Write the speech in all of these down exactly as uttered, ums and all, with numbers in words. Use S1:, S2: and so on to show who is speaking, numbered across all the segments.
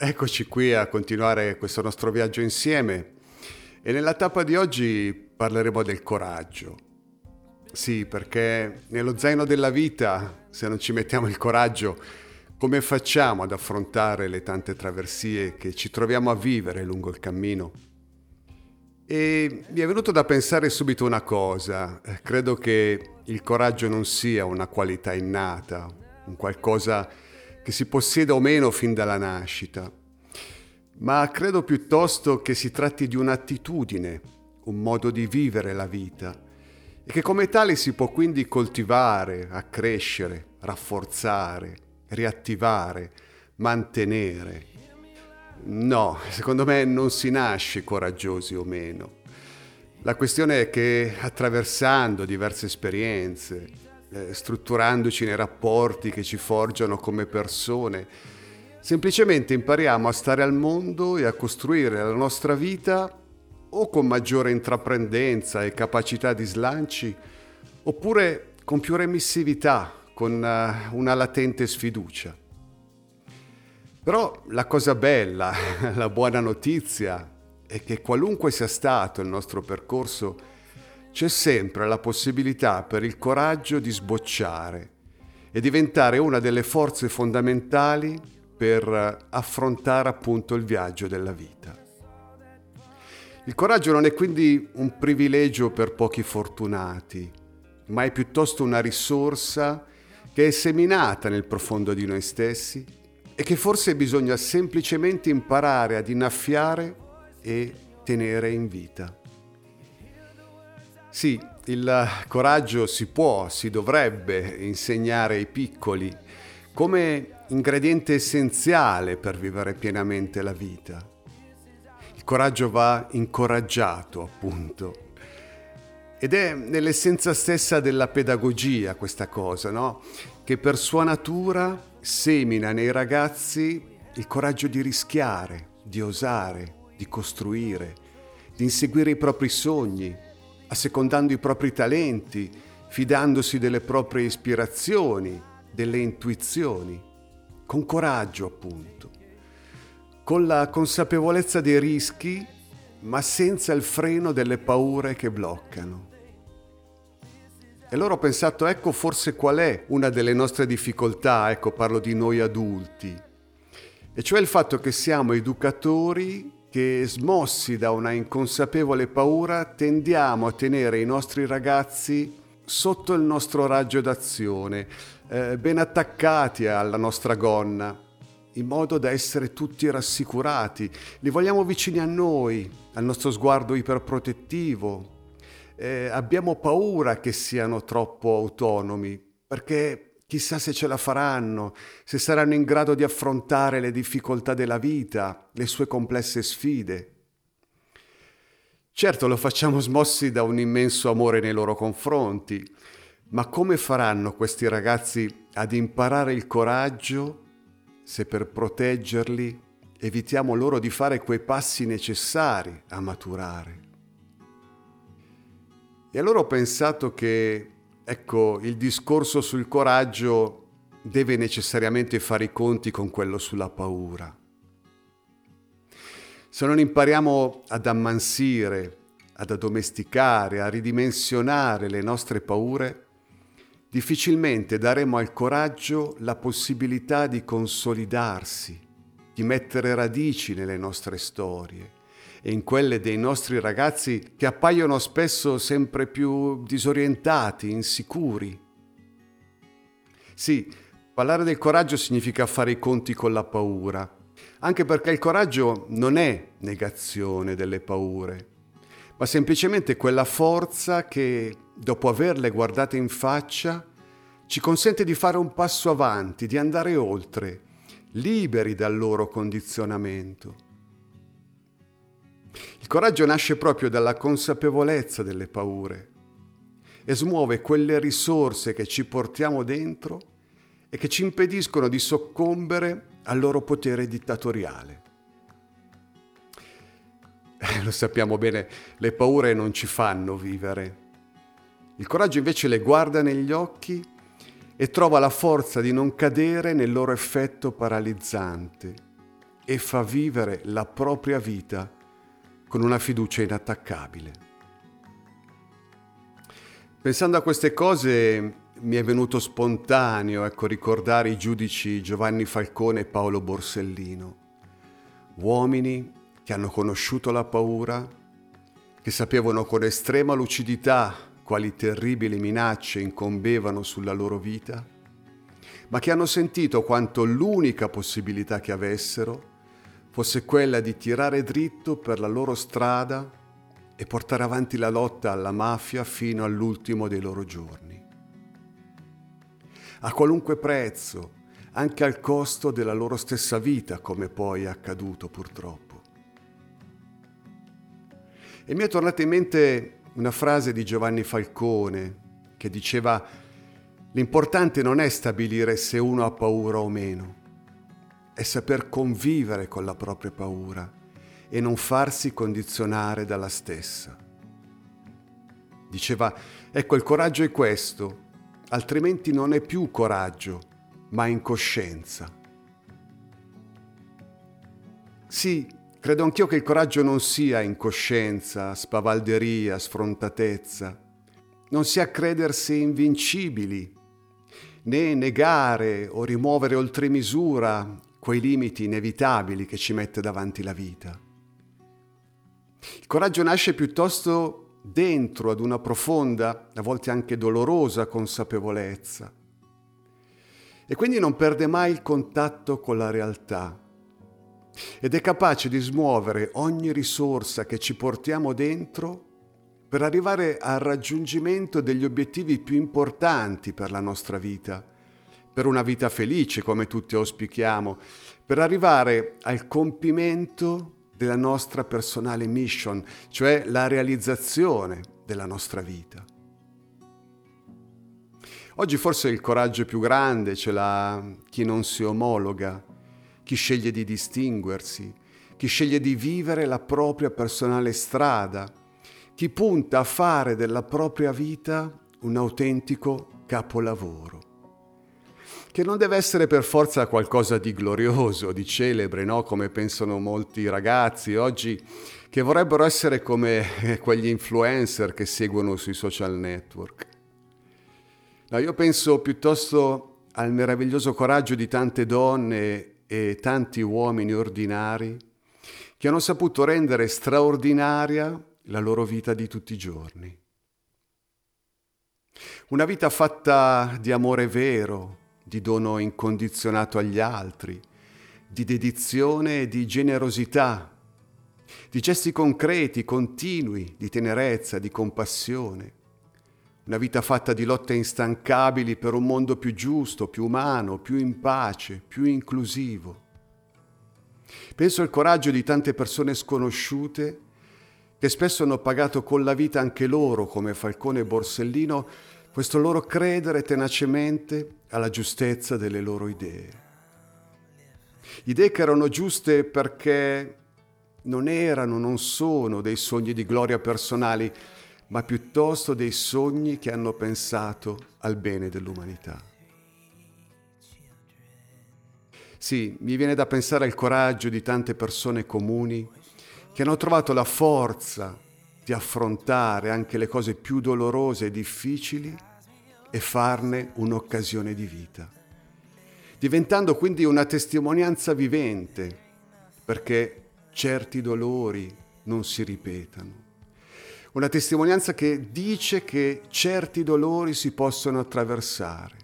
S1: Eccoci qui a continuare questo nostro viaggio insieme e nella tappa di oggi parleremo del coraggio. Sì, perché nello zaino della vita, se non ci mettiamo il coraggio, come facciamo ad affrontare le tante traversie che ci troviamo a vivere lungo il cammino? E mi è venuto da pensare subito una cosa, credo che il coraggio non sia una qualità innata, un qualcosa che si possieda o meno fin dalla nascita, ma credo piuttosto che si tratti di un'attitudine, un modo di vivere la vita e che come tale si può quindi coltivare, accrescere, rafforzare, riattivare, mantenere. No, secondo me non si nasce coraggiosi o meno. La questione è che attraversando diverse esperienze, eh, strutturandoci nei rapporti che ci forgiano come persone, semplicemente impariamo a stare al mondo e a costruire la nostra vita o con maggiore intraprendenza e capacità di slanci, oppure con più remissività, con uh, una latente sfiducia. Però la cosa bella, la buona notizia è che qualunque sia stato il nostro percorso, c'è sempre la possibilità per il coraggio di sbocciare e diventare una delle forze fondamentali per affrontare appunto il viaggio della vita. Il coraggio non è quindi un privilegio per pochi fortunati, ma è piuttosto una risorsa che è seminata nel profondo di noi stessi e che forse bisogna semplicemente imparare ad innaffiare e tenere in vita. Sì, il coraggio si può, si dovrebbe insegnare ai piccoli come ingrediente essenziale per vivere pienamente la vita. Il coraggio va incoraggiato, appunto. Ed è nell'essenza stessa della pedagogia questa cosa, no? Che per sua natura semina nei ragazzi il coraggio di rischiare, di osare, di costruire, di inseguire i propri sogni, assecondando i propri talenti, fidandosi delle proprie ispirazioni, delle intuizioni, con coraggio appunto, con la consapevolezza dei rischi, ma senza il freno delle paure che bloccano. E allora ho pensato, ecco forse qual è una delle nostre difficoltà, ecco parlo di noi adulti, e cioè il fatto che siamo educatori che, smossi da una inconsapevole paura, tendiamo a tenere i nostri ragazzi sotto il nostro raggio d'azione, eh, ben attaccati alla nostra gonna, in modo da essere tutti rassicurati. Li vogliamo vicini a noi, al nostro sguardo iperprotettivo. Eh, abbiamo paura che siano troppo autonomi, perché chissà se ce la faranno, se saranno in grado di affrontare le difficoltà della vita, le sue complesse sfide. Certo, lo facciamo smossi da un immenso amore nei loro confronti, ma come faranno questi ragazzi ad imparare il coraggio se per proteggerli evitiamo loro di fare quei passi necessari a maturare? E allora ho pensato che ecco, il discorso sul coraggio deve necessariamente fare i conti con quello sulla paura. Se non impariamo ad ammansire, ad addomesticare, a ridimensionare le nostre paure, difficilmente daremo al coraggio la possibilità di consolidarsi, di mettere radici nelle nostre storie e in quelle dei nostri ragazzi che appaiono spesso sempre più disorientati, insicuri. Sì, parlare del coraggio significa fare i conti con la paura, anche perché il coraggio non è negazione delle paure, ma semplicemente quella forza che, dopo averle guardate in faccia, ci consente di fare un passo avanti, di andare oltre, liberi dal loro condizionamento. Il coraggio nasce proprio dalla consapevolezza delle paure e smuove quelle risorse che ci portiamo dentro e che ci impediscono di soccombere al loro potere dittatoriale. Eh, lo sappiamo bene, le paure non ci fanno vivere. Il coraggio invece le guarda negli occhi e trova la forza di non cadere nel loro effetto paralizzante, e fa vivere la propria vita con una fiducia inattaccabile. Pensando a queste cose mi è venuto spontaneo, ecco, ricordare i giudici Giovanni Falcone e Paolo Borsellino, uomini che hanno conosciuto la paura, che sapevano con estrema lucidità quali terribili minacce incombevano sulla loro vita, ma che hanno sentito quanto l'unica possibilità che avessero fosse quella di tirare dritto per la loro strada e portare avanti la lotta alla mafia fino all'ultimo dei loro giorni. A qualunque prezzo, anche al costo della loro stessa vita, come poi è accaduto purtroppo. E mi è tornata in mente una frase di Giovanni Falcone che diceva: l'importante non è stabilire se uno ha paura o meno, è saper convivere con la propria paura e non farsi condizionare dalla stessa. Diceva: ecco, il coraggio è questo, altrimenti non è più coraggio, ma incoscienza. Sì, credo anch'io che il coraggio non sia incoscienza, spavalderia, sfrontatezza, non sia credersi invincibili, né negare o rimuovere oltre misura quei limiti inevitabili che ci mette davanti la vita. Il coraggio nasce piuttosto dentro ad una profonda, a volte anche dolorosa consapevolezza, e quindi non perde mai il contatto con la realtà ed è capace di smuovere ogni risorsa che ci portiamo dentro per arrivare al raggiungimento degli obiettivi più importanti per la nostra vita, per una vita felice come tutti auspichiamo, per arrivare al compimento della nostra personale mission, cioè la realizzazione della nostra vita. Oggi forse il coraggio più grande ce l'ha chi non si omologa, chi sceglie di distinguersi, chi sceglie di vivere la propria personale strada, chi punta a fare della propria vita un autentico capolavoro, che non deve essere per forza qualcosa di glorioso, di celebre, no? Come pensano molti ragazzi oggi, che vorrebbero essere come quegli influencer che seguono sui social network. No, io penso piuttosto al meraviglioso coraggio di tante donne e tanti uomini ordinari che hanno saputo rendere straordinaria la loro vita di tutti i giorni. Una vita fatta di amore vero, di dono incondizionato agli altri, di dedizione e di generosità, di gesti concreti, continui, di tenerezza, di compassione. Una vita fatta di lotte instancabili per un mondo più giusto, più umano, più in pace, più inclusivo. Penso al coraggio di tante persone sconosciute che spesso hanno pagato con la vita anche loro, come Falcone e Borsellino, questo loro credere tenacemente alla giustezza delle loro idee. Idee che erano giuste perché non erano, non sono dei sogni di gloria personali, ma piuttosto dei sogni che hanno pensato al bene dell'umanità. Sì, mi viene da pensare al coraggio di tante persone comuni che hanno trovato la forza di affrontare anche le cose più dolorose e difficili e farne un'occasione di vita, diventando quindi una testimonianza vivente, perché certi dolori non si ripetano. Una testimonianza che dice che certi dolori si possono attraversare.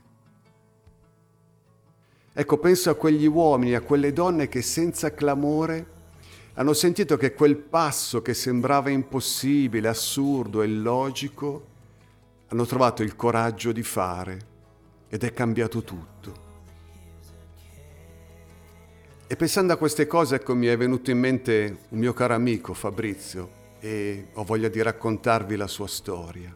S1: Ecco, penso a quegli uomini, a quelle donne che senza clamore hanno sentito che quel passo che sembrava impossibile, assurdo e illogico, hanno trovato il coraggio di fare ed è cambiato tutto. E pensando a queste cose, ecco, mi è venuto in mente un mio caro amico, Fabrizio, e ho voglia di raccontarvi la sua storia.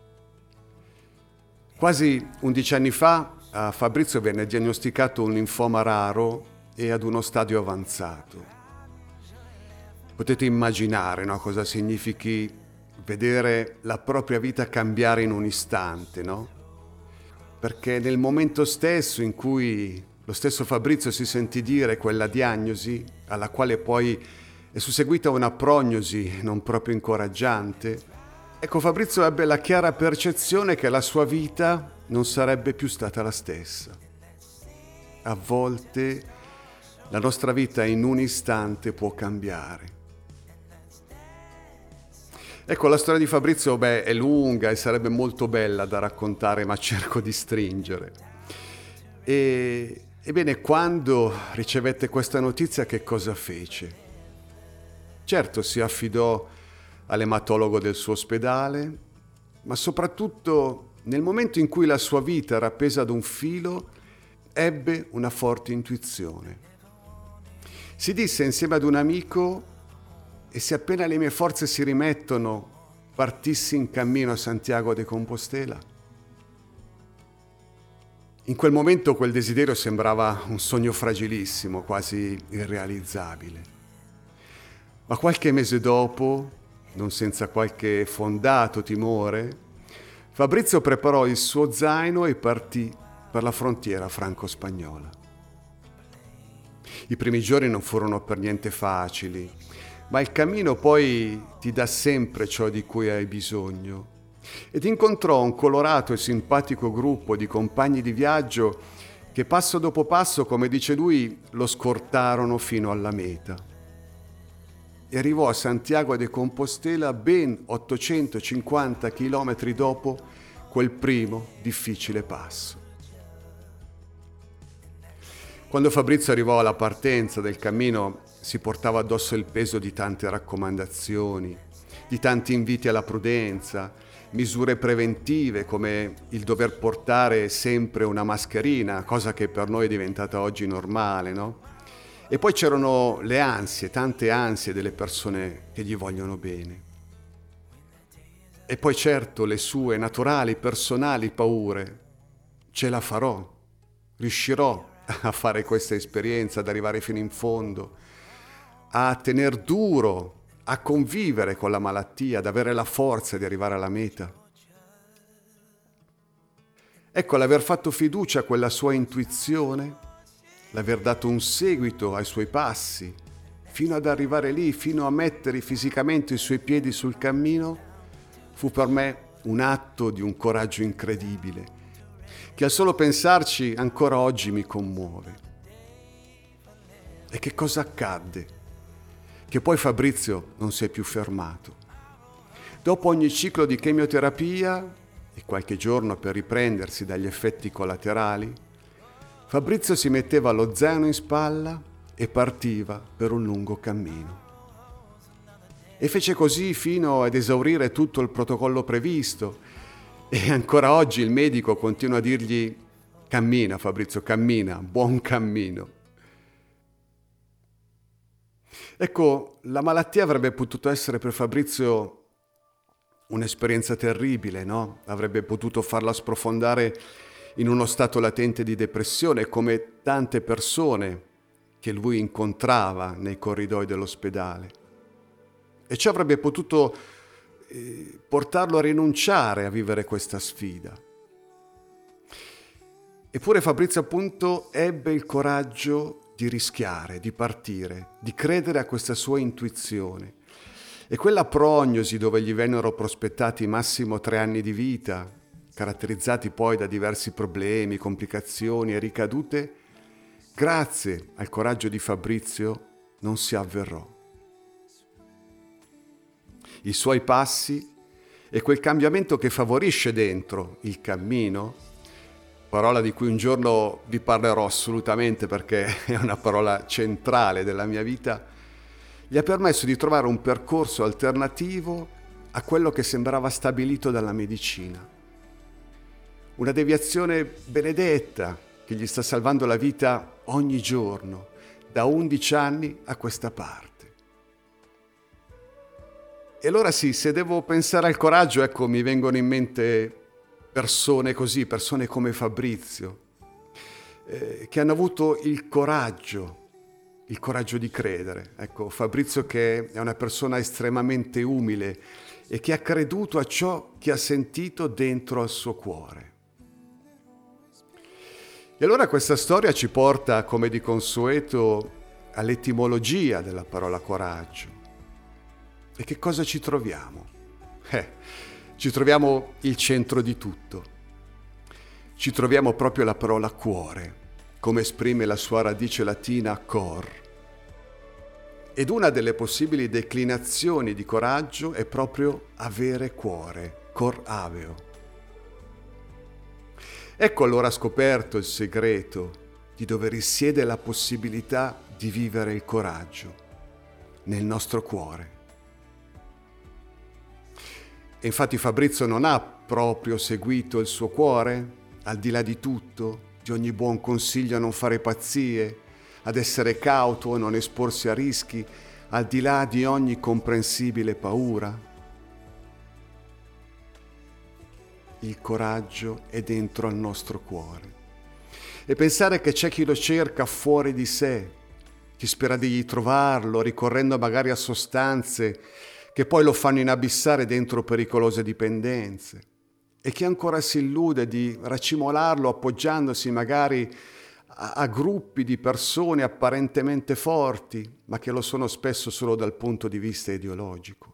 S1: Quasi undici anni fa a Fabrizio venne diagnosticato un linfoma raro e ad uno stadio avanzato. Potete immaginare, no, cosa significhi vedere la propria vita cambiare in un istante, no? Perché nel momento stesso in cui lo stesso Fabrizio si sentì dire quella diagnosi, alla quale poi è susseguita una prognosi non proprio incoraggiante. Ecco, Fabrizio ebbe la chiara percezione che la sua vita non sarebbe più stata la stessa. A volte la nostra vita in un istante può cambiare. Ecco, la storia di Fabrizio, beh, è lunga e sarebbe molto bella da raccontare, ma cerco di stringere. E, ebbene, quando ricevette questa notizia, che cosa fece? Certo, si affidò all'ematologo del suo ospedale, ma soprattutto nel momento in cui la sua vita era appesa ad un filo, ebbe una forte intuizione. Si disse insieme ad un amico: e se appena le mie forze si rimettono, partissi in cammino a Santiago de Compostela? In quel momento quel desiderio sembrava un sogno fragilissimo, quasi irrealizzabile. Ma qualche mese dopo, non senza qualche fondato timore, Fabrizio preparò il suo zaino e partì per la frontiera franco-spagnola. I primi giorni non furono per niente facili, ma il cammino poi ti dà sempre ciò di cui hai bisogno. Ed incontrò un colorato e simpatico gruppo di compagni di viaggio che passo dopo passo, come dice lui, lo scortarono fino alla meta. E arrivò a Santiago de Compostela ben ottocentocinquanta chilometri dopo quel primo difficile passo. Quando Fabrizio arrivò alla partenza del cammino, si portava addosso il peso di tante raccomandazioni, di tanti inviti alla prudenza, misure preventive come il dover portare sempre una mascherina, cosa che per noi è diventata oggi normale, no? E poi c'erano le ansie, tante ansie delle persone che gli vogliono bene. E poi certo le sue naturali, personali paure. Ce la farò, riuscirò a fare questa esperienza, ad arrivare fino in fondo, a tener duro, a convivere con la malattia, ad avere la forza di arrivare alla meta. Ecco, l'aver fatto fiducia a quella sua intuizione, l'aver dato un seguito ai suoi passi, fino ad arrivare lì, fino a mettere fisicamente i suoi piedi sul cammino, fu per me un atto di un coraggio incredibile, che al solo pensarci ancora oggi mi commuove. E che cosa accadde? Che poi Fabrizio non si è più fermato. Dopo ogni ciclo di chemioterapia e qualche giorno per riprendersi dagli effetti collaterali, Fabrizio si metteva lo zaino in spalla e partiva per un lungo cammino. E fece così fino ad esaurire tutto il protocollo previsto, e ancora oggi il medico continua a dirgli: cammina Fabrizio, cammina, buon cammino. Ecco, la malattia avrebbe potuto essere per Fabrizio un'esperienza terribile, no? Avrebbe potuto farla sprofondare in uno stato latente di depressione, come tante persone che lui incontrava nei corridoi dell'ospedale. E ciò avrebbe potuto eh, portarlo a rinunciare a vivere questa sfida. Eppure Fabrizio appunto ebbe il coraggio di rischiare, di partire, di credere a questa sua intuizione. E quella prognosi dove gli vennero prospettati massimo tre anni di vita, caratterizzati poi da diversi problemi, complicazioni e ricadute, grazie al coraggio di Fabrizio non si avverò. I suoi passi e quel cambiamento che favorisce dentro il cammino, parola di cui un giorno vi parlerò assolutamente perché è una parola centrale della mia vita, gli ha permesso di trovare un percorso alternativo a quello che sembrava stabilito dalla medicina. Una deviazione benedetta che gli sta salvando la vita ogni giorno, da undici anni a questa parte. E allora sì, se devo pensare al coraggio, ecco, mi vengono in mente persone così, persone come Fabrizio, eh, che hanno avuto il coraggio, il coraggio di credere. Ecco, Fabrizio che è una persona estremamente umile e che ha creduto a ciò che ha sentito dentro al suo cuore. E allora questa storia ci porta, come di consueto, all'etimologia della parola coraggio. E che cosa ci troviamo? Eh, ci troviamo il centro di tutto. Ci troviamo proprio la parola cuore, come esprime la sua radice latina cor. Ed una delle possibili declinazioni di coraggio è proprio avere cuore, cor aveo. Ecco allora scoperto il segreto di dove risiede la possibilità di vivere il coraggio, nel nostro cuore. E infatti Fabrizio non ha proprio seguito il suo cuore, al di là di tutto, di ogni buon consiglio a non fare pazzie, ad essere cauto e non esporsi a rischi, al di là di ogni comprensibile paura. Il coraggio è dentro al nostro cuore. E pensare che c'è chi lo cerca fuori di sé, chi spera di trovarlo, ricorrendo magari a sostanze che poi lo fanno inabissare dentro pericolose dipendenze, e chi ancora si illude di racimolarlo appoggiandosi magari a, a gruppi di persone apparentemente forti, ma che lo sono spesso solo dal punto di vista ideologico.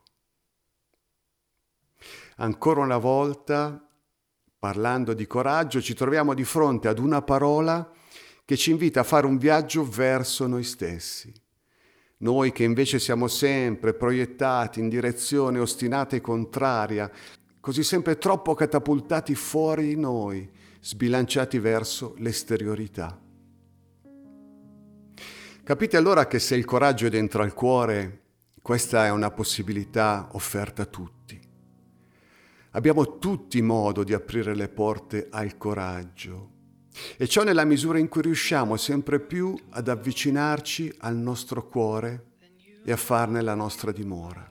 S1: Ancora una volta, parlando di coraggio, ci troviamo di fronte ad una parola che ci invita a fare un viaggio verso noi stessi. Noi che invece siamo sempre proiettati in direzione ostinata e contraria, così sempre troppo catapultati fuori di noi, sbilanciati verso l'esteriorità. Capite allora che se il coraggio è dentro al cuore, questa è una possibilità offerta a tutti. Abbiamo tutti modo di aprire le porte al coraggio, e ciò nella misura in cui riusciamo sempre più ad avvicinarci al nostro cuore e a farne la nostra dimora.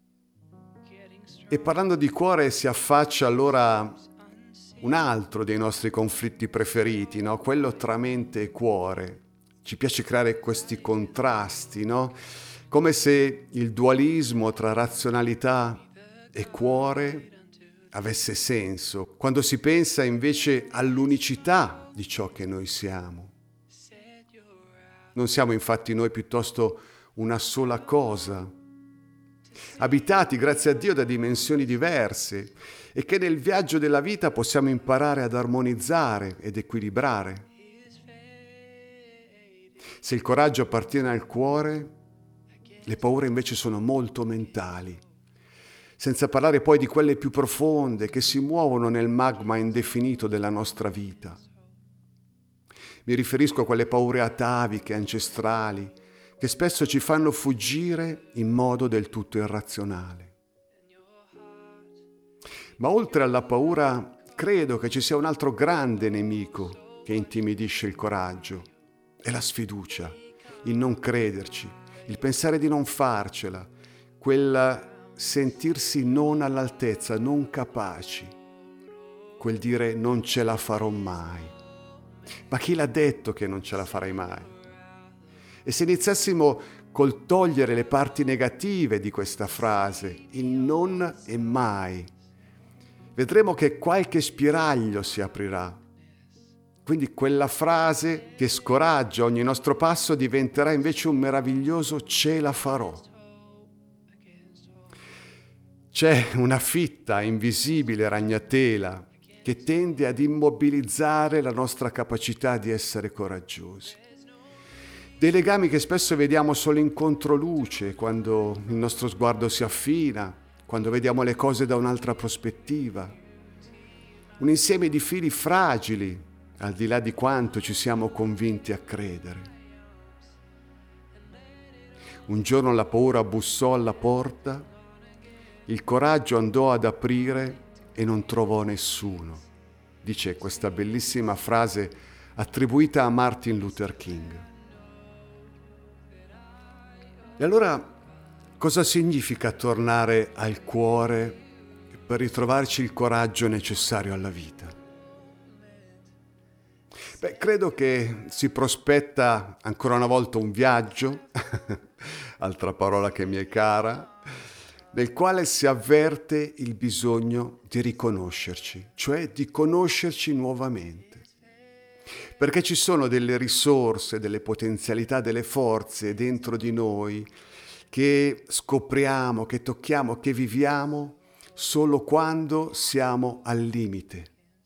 S1: E parlando di cuore si affaccia allora un altro dei nostri conflitti preferiti, no? Quello tra mente e cuore. Ci piace creare questi contrasti, no? Come se il dualismo tra razionalità e cuore avesse senso, quando si pensa invece all'unicità di ciò che noi siamo. Non siamo infatti noi piuttosto una sola cosa, abitati grazie a Dio da dimensioni diverse e che nel viaggio della vita possiamo imparare ad armonizzare ed equilibrare. Se il coraggio appartiene al cuore, le paure invece sono molto mentali. Senza parlare poi di quelle più profonde che si muovono nel magma indefinito della nostra vita. Mi riferisco a quelle paure ataviche, ancestrali, che spesso ci fanno fuggire in modo del tutto irrazionale. Ma oltre alla paura, credo che ci sia un altro grande nemico che intimidisce il coraggio. È la sfiducia, il non crederci, il pensare di non farcela, quella sentirsi non all'altezza, non capaci, quel dire non ce la farò mai. Ma chi l'ha detto che non ce la farai mai? E se iniziassimo col togliere le parti negative di questa frase, il non e mai, vedremo che qualche spiraglio si aprirà. Quindi quella frase che scoraggia ogni nostro passo diventerà invece un meraviglioso ce la farò. C'è una fitta, invisibile ragnatela che tende ad immobilizzare la nostra capacità di essere coraggiosi. Dei legami che spesso vediamo solo in controluce, quando il nostro sguardo si affina, quando vediamo le cose da un'altra prospettiva. Un insieme di fili fragili, al di là di quanto ci siamo convinti a credere. Un giorno la paura bussò alla porta, il coraggio andò ad aprire e non trovò nessuno, dice questa bellissima frase attribuita a Martin Luther King. E allora cosa significa tornare al cuore per ritrovarci il coraggio necessario alla vita? Beh, credo che si prospetta ancora una volta un viaggio, altra parola che mi è cara, nel quale si avverte il bisogno di riconoscerci, cioè di conoscerci nuovamente. perché ci sono delle risorse, delle potenzialità, delle forze dentro di noi che scopriamo, che tocchiamo, che viviamo solo quando siamo al limite.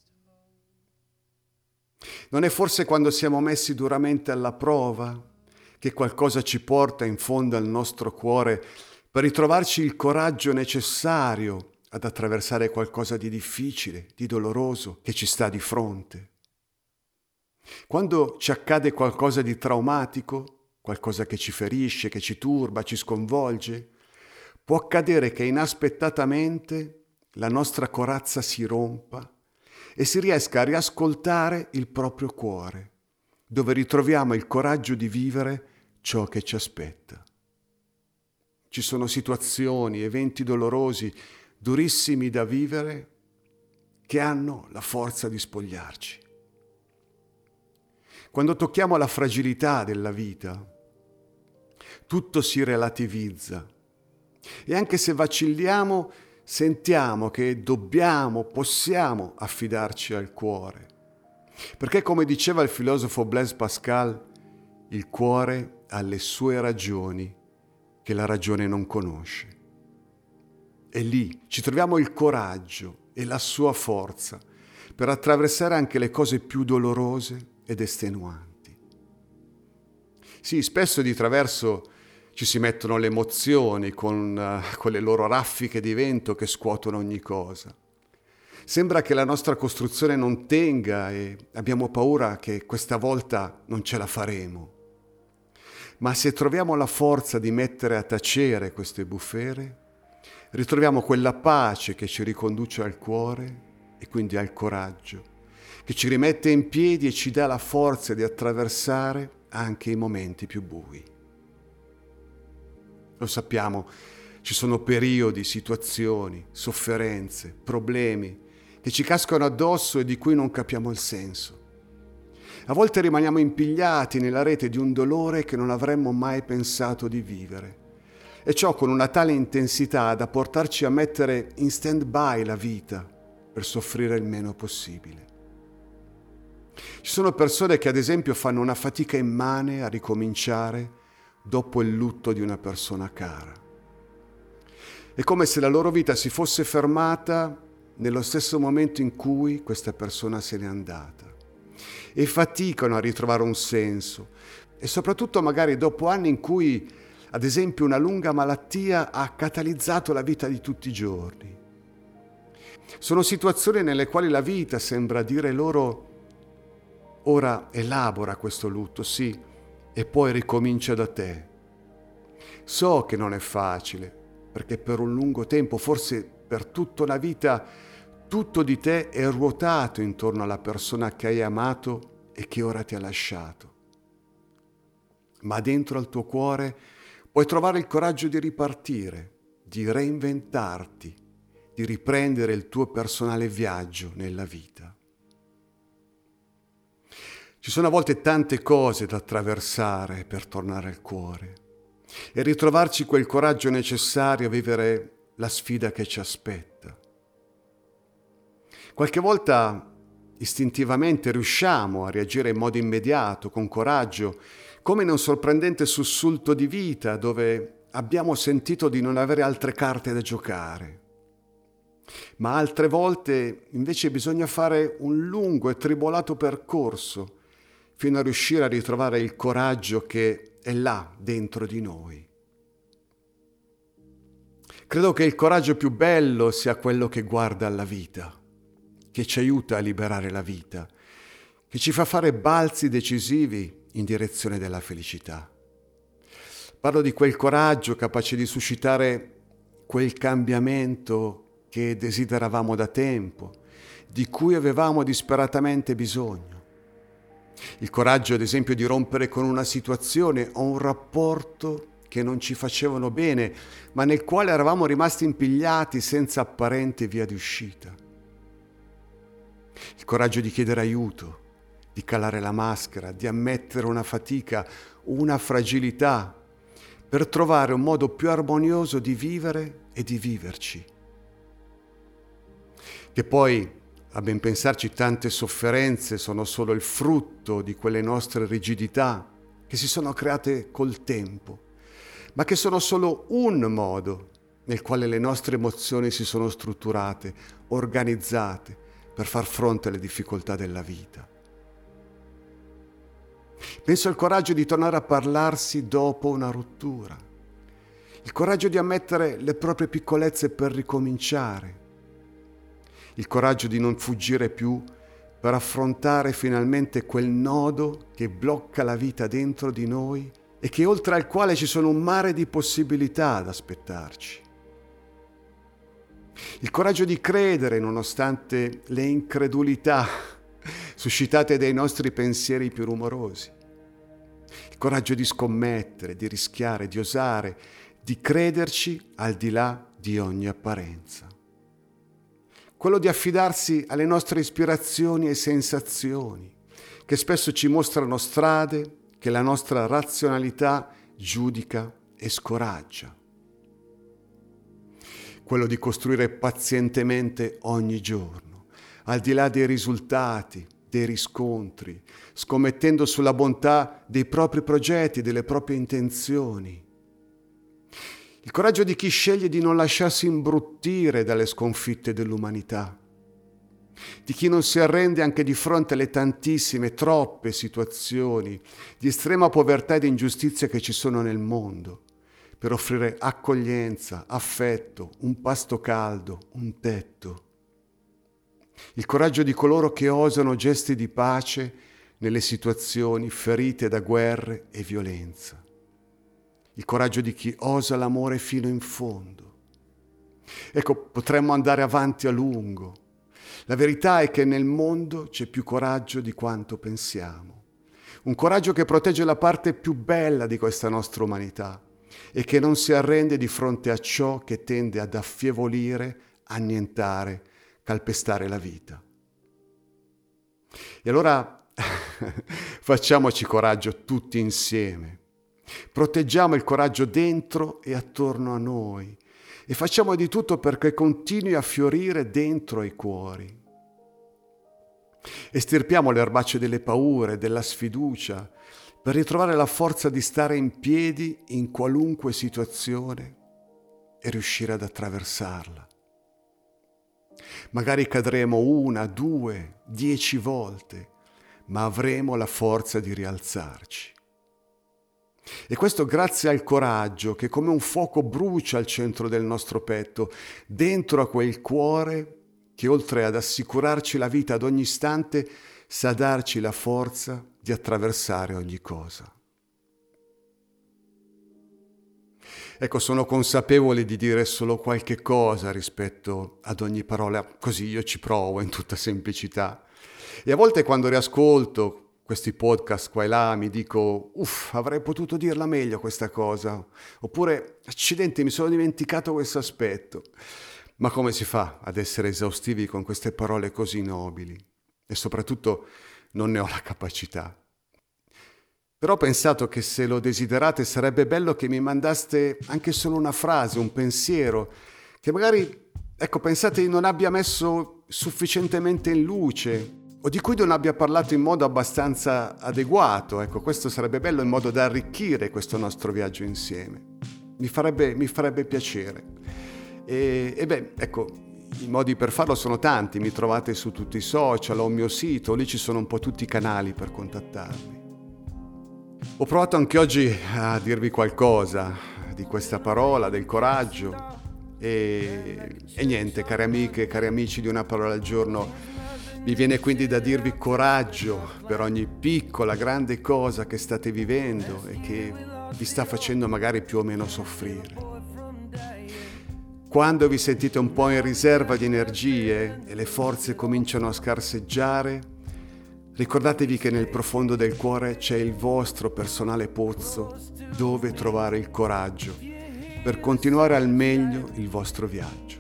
S1: Non è forse quando siamo messi duramente alla prova che qualcosa ci porta in fondo al nostro cuore per ritrovarci il coraggio necessario ad attraversare qualcosa di difficile, di doloroso che ci sta di fronte? Quando ci accade qualcosa di traumatico, qualcosa che ci ferisce, che ci turba, ci sconvolge, può accadere che inaspettatamente la nostra corazza si rompa e si riesca a riascoltare il proprio cuore, dove ritroviamo il coraggio di vivere ciò che ci aspetta. Ci sono situazioni, eventi dolorosi, durissimi da vivere, che hanno la forza di spogliarci. Quando tocchiamo la fragilità della vita, tutto si relativizza e anche se vacilliamo, sentiamo che dobbiamo, possiamo affidarci al cuore. Perché come diceva il filosofo Blaise Pascal, il cuore ha le sue ragioni che la ragione non conosce. E lì ci troviamo il coraggio e la sua forza per attraversare anche le cose più dolorose ed estenuanti. Sì, spesso di traverso ci si mettono le emozioni con uh, quelle loro raffiche di vento che scuotono ogni cosa. Sembra che la nostra costruzione non tenga e abbiamo paura che questa volta non ce la faremo. Ma se troviamo la forza di mettere a tacere queste bufere, ritroviamo quella pace che ci riconduce al cuore e quindi al coraggio, che ci rimette in piedi e ci dà la forza di attraversare anche i momenti più bui. Lo sappiamo, ci sono periodi, situazioni, sofferenze, problemi che ci cascano addosso e di cui non capiamo il senso. A volte rimaniamo impigliati nella rete di un dolore che non avremmo mai pensato di vivere, e ciò con una tale intensità da portarci a mettere in stand-by la vita per soffrire il meno possibile. Ci sono persone che ad esempio fanno una fatica immane a ricominciare dopo il lutto di una persona cara. È come se la loro vita si fosse fermata nello stesso momento in cui questa persona se n'è andata e faticano a ritrovare un senso, e soprattutto magari dopo anni in cui ad esempio una lunga malattia ha catalizzato la vita di tutti i giorni. Sono situazioni nelle quali la vita sembra dire loro: ora elabora questo lutto, sì, e poi ricomincia da te. So che non è facile, perché per un lungo tempo, forse per tutta una vita, tutto di te è ruotato intorno alla persona che hai amato e che ora ti ha lasciato. Ma dentro al tuo cuore puoi trovare il coraggio di ripartire, di reinventarti, di riprendere il tuo personale viaggio nella vita. Ci sono a volte tante cose da attraversare per tornare al cuore e ritrovarci quel coraggio necessario a vivere la sfida che ci aspetta. Qualche volta istintivamente riusciamo a reagire in modo immediato, con coraggio, come in un sorprendente sussulto di vita dove abbiamo sentito di non avere altre carte da giocare. Ma altre volte invece bisogna fare un lungo e tribolato percorso fino a riuscire a ritrovare il coraggio che è là dentro di noi. Credo che il coraggio più bello sia quello che guarda alla vita, che ci aiuta a liberare la vita, che ci fa fare balzi decisivi in direzione della felicità. Parlo di quel coraggio capace di suscitare quel cambiamento che desideravamo da tempo, di cui avevamo disperatamente bisogno. Il coraggio, ad esempio, di rompere con una situazione o un rapporto che non ci facevano bene, ma nel quale eravamo rimasti impigliati senza apparente via di uscita. Il coraggio di chiedere aiuto, di calare la maschera, di ammettere una fatica, una fragilità, per trovare un modo più armonioso di vivere e di viverci. Che poi A ben pensarci, tante sofferenze sono solo il frutto di quelle nostre rigidità che si sono create col tempo, ma che sono solo un modo nel quale le nostre emozioni si sono strutturate, organizzate per far fronte alle difficoltà della vita. Penso al coraggio di tornare a parlarsi dopo una rottura, il coraggio di ammettere le proprie piccolezze per ricominciare, il coraggio di non fuggire più per affrontare finalmente quel nodo che blocca la vita dentro di noi e che oltre al quale ci sono un mare di possibilità ad aspettarci. Il coraggio di credere nonostante le incredulità suscitate dai nostri pensieri più rumorosi. Il coraggio di scommettere, di rischiare, di osare, di crederci al di là di ogni apparenza. Quello di affidarsi alle nostre ispirazioni e sensazioni, che spesso ci mostrano strade che la nostra razionalità giudica e scoraggia. Quello di costruire pazientemente ogni giorno, al di là dei risultati, dei riscontri, scommettendo sulla bontà dei propri progetti, delle proprie intenzioni. Il coraggio di chi sceglie di non lasciarsi imbruttire dalle sconfitte dell'umanità, di chi non si arrende anche di fronte alle tantissime, troppe situazioni di estrema povertà ed ingiustizia che ci sono nel mondo, per offrire accoglienza, affetto, un pasto caldo, un tetto. Il coraggio di coloro che osano gesti di pace nelle situazioni ferite da guerre e violenza. Il coraggio di chi osa l'amore fino in fondo. Ecco, potremmo andare avanti a lungo. La verità è che nel mondo c'è più coraggio di quanto pensiamo. Un coraggio che protegge la parte più bella di questa nostra umanità e che non si arrende di fronte a ciò che tende ad affievolire, annientare, calpestare la vita. E allora facciamoci coraggio tutti insieme. Proteggiamo il coraggio dentro e attorno a noi e facciamo di tutto perché continui a fiorire dentro ai cuori. Estirpiamo le erbacce delle paure, della sfiducia, per ritrovare la forza di stare in piedi in qualunque situazione e riuscire ad attraversarla. Magari cadremo una, due, dieci volte, ma avremo la forza di rialzarci. E questo grazie al coraggio che come un fuoco brucia al centro del nostro petto, dentro a quel cuore che oltre ad assicurarci la vita ad ogni istante, sa darci la forza di attraversare ogni cosa. Ecco, sono consapevole di dire solo qualche cosa rispetto ad ogni parola, così io ci provo in tutta semplicità. E a volte quando riascolto questi podcast qua e là mi dico, uff, avrei potuto dirla meglio questa cosa, oppure, accidenti, mi sono dimenticato questo aspetto. Ma come si fa ad essere esaustivi con queste parole così nobili? E soprattutto non ne ho la capacità. Però ho pensato che se lo desiderate sarebbe bello che mi mandaste anche solo una frase, un pensiero, che magari, ecco, pensate non abbia messo sufficientemente in luce o di cui non abbia parlato in modo abbastanza adeguato. Ecco, questo sarebbe bello in modo da arricchire questo nostro viaggio insieme. Mi farebbe, mi farebbe piacere. E, e beh, ecco, i modi per farlo sono tanti. Mi trovate su tutti i social, ho un mio sito, lì ci sono un po' tutti i canali per contattarmi. Ho provato anche oggi a dirvi qualcosa di questa parola, del coraggio e, e niente, cari amiche, cari amici di Una Parola al Giorno, mi viene quindi da dirvi coraggio per ogni piccola, grande cosa che state vivendo e che vi sta facendo magari più o meno soffrire. Quando vi sentite un po' in riserva di energie e le forze cominciano a scarseggiare, ricordatevi che nel profondo del cuore c'è il vostro personale pozzo dove trovare il coraggio per continuare al meglio il vostro viaggio.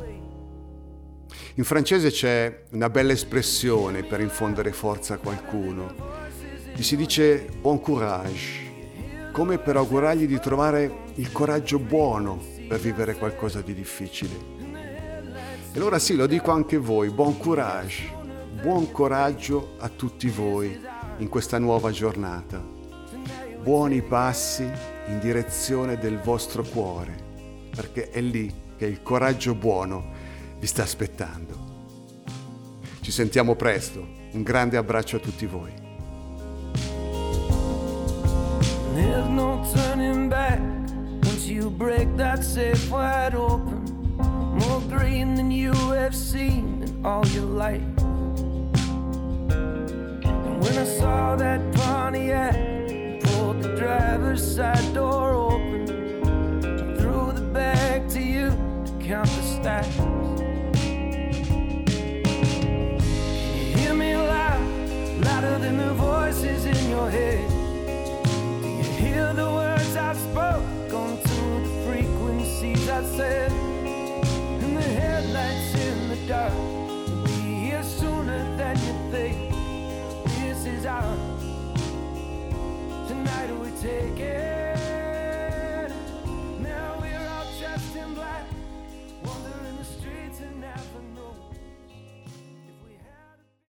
S1: In francese c'è una bella espressione per infondere forza a qualcuno. Gli si dice bon courage, come per augurargli di trovare il coraggio buono per vivere qualcosa di difficile. E allora sì, lo dico anche a voi, buon courage, buon coraggio a tutti voi in questa nuova giornata. Buoni passi in direzione del vostro cuore, perché è lì che il coraggio buono vi sta aspettando. Ci sentiamo presto, un grande abbraccio a tutti voi.
S2: There's no turning back once you break that safe wide open. More green than you have seen in all your life. And when I saw that Pontiac, pulled the driver's side door open, I threw the bag to you to count the stacks. Can you hear me loud, louder than the voices in your head? Do you hear the